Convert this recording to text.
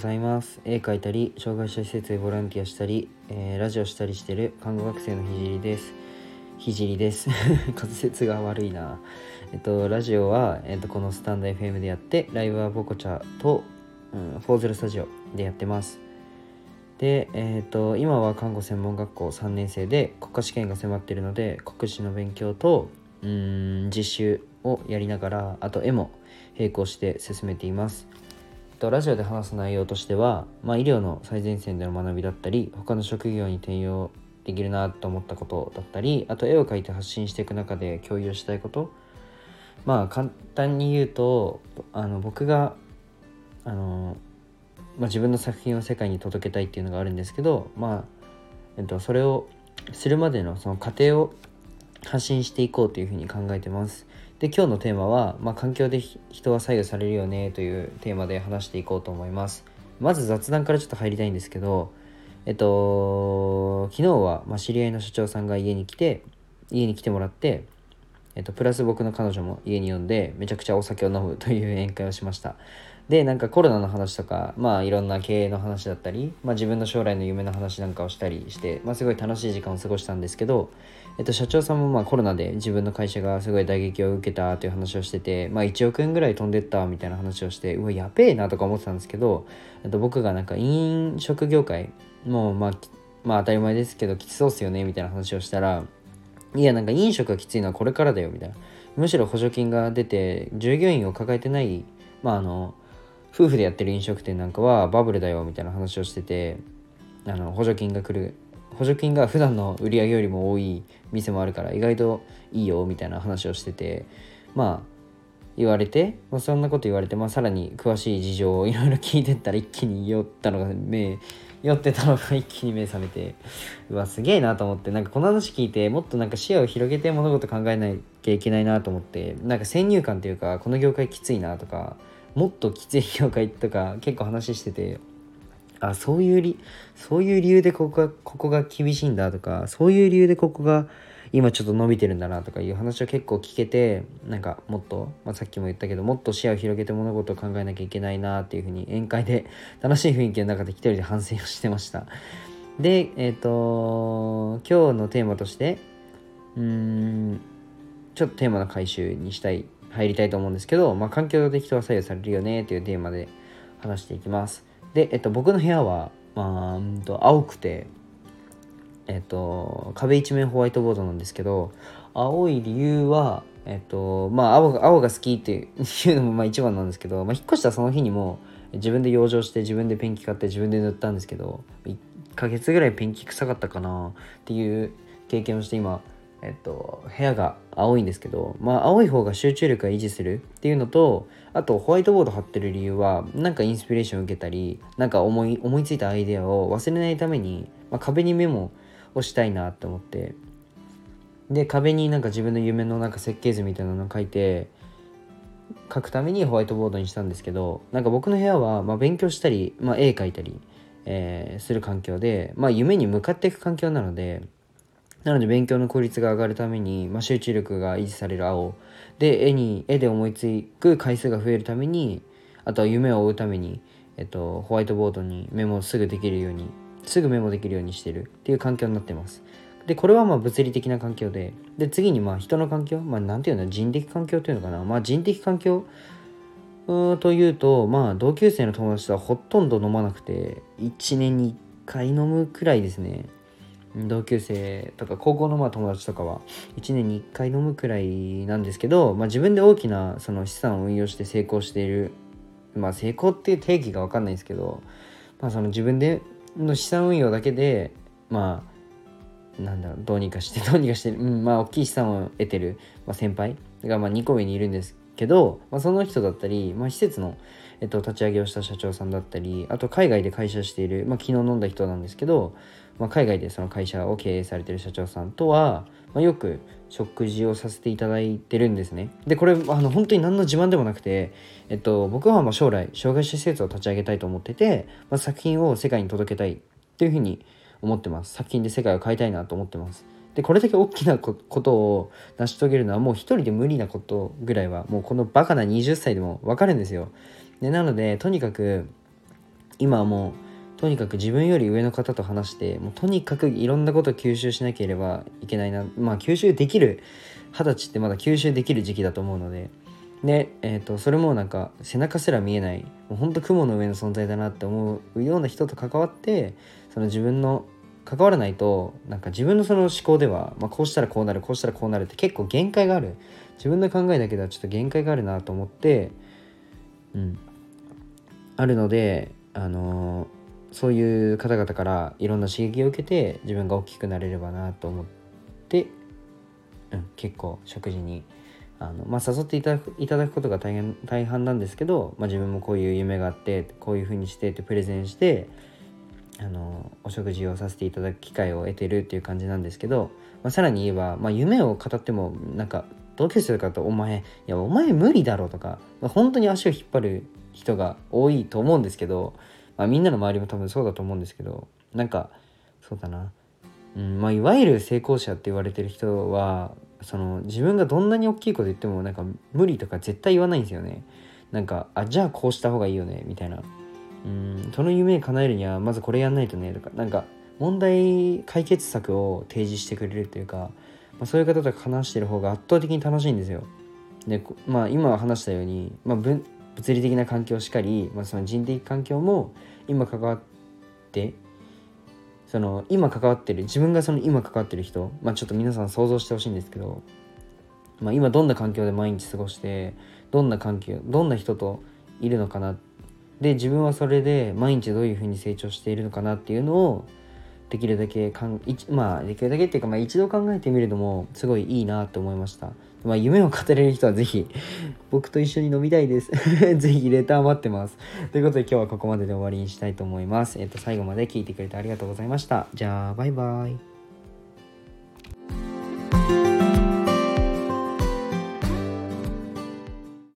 ざいます。絵描いたり、障害者施設でボランティアしたり、ラジオしたりしてる看護学生のひじりです。滑舌が悪いな。ラジオは、このスタンド FM でやって、ライブはボコチャと、フォーゼルスタジオでやってます。で、今は看護専門学校3年生で国家試験が迫っているので、国試の勉強と実習をやりながら、あと絵も並行して進めています。ラジオで話す内容としては、医療の最前線での学びだったり、他の職業に転用できるなと思ったことだったり、あと絵を描いて発信していく中で共有したいこと。簡単に言うと、僕が自分の作品を世界に届けたいっていうのがあるんですけど、それをするまでのその過程を発信していこうというふうに考えてます。で、今日のテーマは、環境で人は左右されるよねというテーマで話していこうと思います。まず雑談からちょっと入りたいんですけど、昨日は、知り合いの社長さんが家に来てもらって、プラス僕の彼女も家に呼んでめちゃくちゃお酒を飲むという宴会をしました。で、コロナの話とか、いろんな経営の話だったり、自分の将来の夢の話なんかをしたりして、すごい楽しい時間を過ごしたんですけど、社長さんもコロナで自分の会社がすごい打撃を受けたという話をしてて、1億円ぐらい飛んでったみたいな話をして、うわやべえなとか思ってたんですけど、僕が飲食業界も当たり前ですけどきつそうっすよねみたいな話をしたら、いや飲食がきついのはこれからだよみたいな、むしろ補助金が出て従業員を抱えてない夫婦でやってる飲食店なんかはバブルだよみたいな話をしてて、補助金が普段の売り上げよりも多い店もあるから意外といいよみたいな話をしてて、言われて、そんなこと言われて、さらに詳しい事情をいろいろ聞いてったら一気に酔ってたのが一気に目覚めて、うわすげえなと思って、この話聞いてもっと視野を広げて物事考えなきゃいけないなと思って、先入観というかこの業界きついなとか、もっときつい業界とか結構話してて、そういう理由でここが厳しいんだとか、そういう理由でここが今ちょっと伸びてるんだなとかいう話を結構聞けて、もっと、さっきも言ったけどもっと視野を広げて物事を考えなきゃいけないなっていうふうに宴会で楽しい雰囲気の中で一人で反省をしてました。で、今日のテーマとしてちょっとテーマの回収に入りたいと思うんですけど、環境で人は左右されるよねというテーマで話していきます。で、僕の部屋は、青くて、壁一面ホワイトボードなんですけど、青い理由は、青が好きっていうのも一番なんですけど、引っ越したその日にも自分で養生して自分でペンキ買って自分で塗ったんですけど、1ヶ月ぐらいペンキ臭かったかなっていう経験をして今、部屋が青いんですけど、青い方が集中力が維持するっていうのと、あとホワイトボード貼ってる理由はインスピレーションを受けたり思いついたアイデアを忘れないために、壁にメモをしたいなって思って、で壁に自分の夢の設計図みたいなのを書くためにホワイトボードにしたんですけど、僕の部屋は勉強したり、絵描いたり、する環境で、夢に向かっていく環境なので勉強の効率が上がるために、集中力が維持される青で、絵で思いつく回数が増えるために、あとは夢を追うために、ホワイトボードにメモできるようにしてるっていう環境になってます。でこれは物理的な環境で、次に人の環境、なんていうの、人的環境というのかな、人的環境というと、同級生の友達とはほとんど飲まなくて、1年に1回飲むくらいですね。同級生とか高校の友達とかは1年に1回飲むくらいなんですけど、自分で大きなその資産を運用して成功している、成功っていう定義が分かんないですけど、その自分での資産運用だけでどうにかして大きい資産を得てる、先輩が2個上にいるんですけど、その人だったり、施設の、立ち上げをした社長さんだったり、あと海外で会社している、昨日飲んだ人なんですけど、海外でその会社を経営されている社長さんとは、よく食事をさせていただいてるんですね。でこれ本当に何の自慢でもなくて、僕は将来障害者施設を立ち上げたいと思ってて、作品を世界に届けたいっていうふうに思ってます。作品で世界を変えたいなと思ってます。でこれだけ大きなことを成し遂げるのはもう一人で無理なことぐらいはもうこのバカな20歳でも分かるんですよ。でなのでとにかく今はもうとにかく自分より上の方と話して、もうとにかくいろんなことを吸収しなければいけないな。吸収できる、20歳ってまだ吸収できる時期だと思うので、それもなんか背中すら見えない、もうほんと雲の上の存在だなって思うような人と関わって、その自分の関わらないと、なんか自分のその思考では、こうしたらこうなる、こうしたらこうなるって結構限界がある。自分の考えだけではちょっと限界があるなと思って、あるので、そういう方々からいろんな刺激を受けて自分が大きくなれればなと思って、結構食事に誘っていただくことが大半なんですけど、自分もこういう夢があってこういう風にしてってプレゼンしてお食事をさせていただく機会を得てるっていう感じなんですけど、さらに言えば、夢を語ってもなんか同級生とかとお前無理だろうとか、本当に足を引っ張る人が多いと思うんですけど、みんなの周りも多分そうだと思うんですけど、なんかそうだな、いわゆる成功者って言われてる人はその自分がどんなに大きいこと言ってもなんか無理とか絶対言わないんですよね。なんかじゃあこうした方がいいよねみたいな、その夢叶えるにはまずこれやんないとねとか、なんか問題解決策を提示してくれるというか、そういう方と話してる方が圧倒的に楽しいんですよ。で、今話したように、物理的な環境しかり、その人的環境も今関わってその今関わってる自分がその今関わってる人、ちょっと皆さん想像してほしいんですけど、今どんな環境で毎日過ごしてどんな人といるのかな、で自分はそれで毎日どういう風に成長しているのかなっていうのをできるだけできるだけっていうか、一度考えてみるのもすごいいいなと思いました。夢を語れる人はぜひ僕と一緒に飲みたいですぜひレター待ってます。ということで今日はここまでで終わりにしたいと思います。最後まで聞いてくれてありがとうございました。じゃあバイバイ。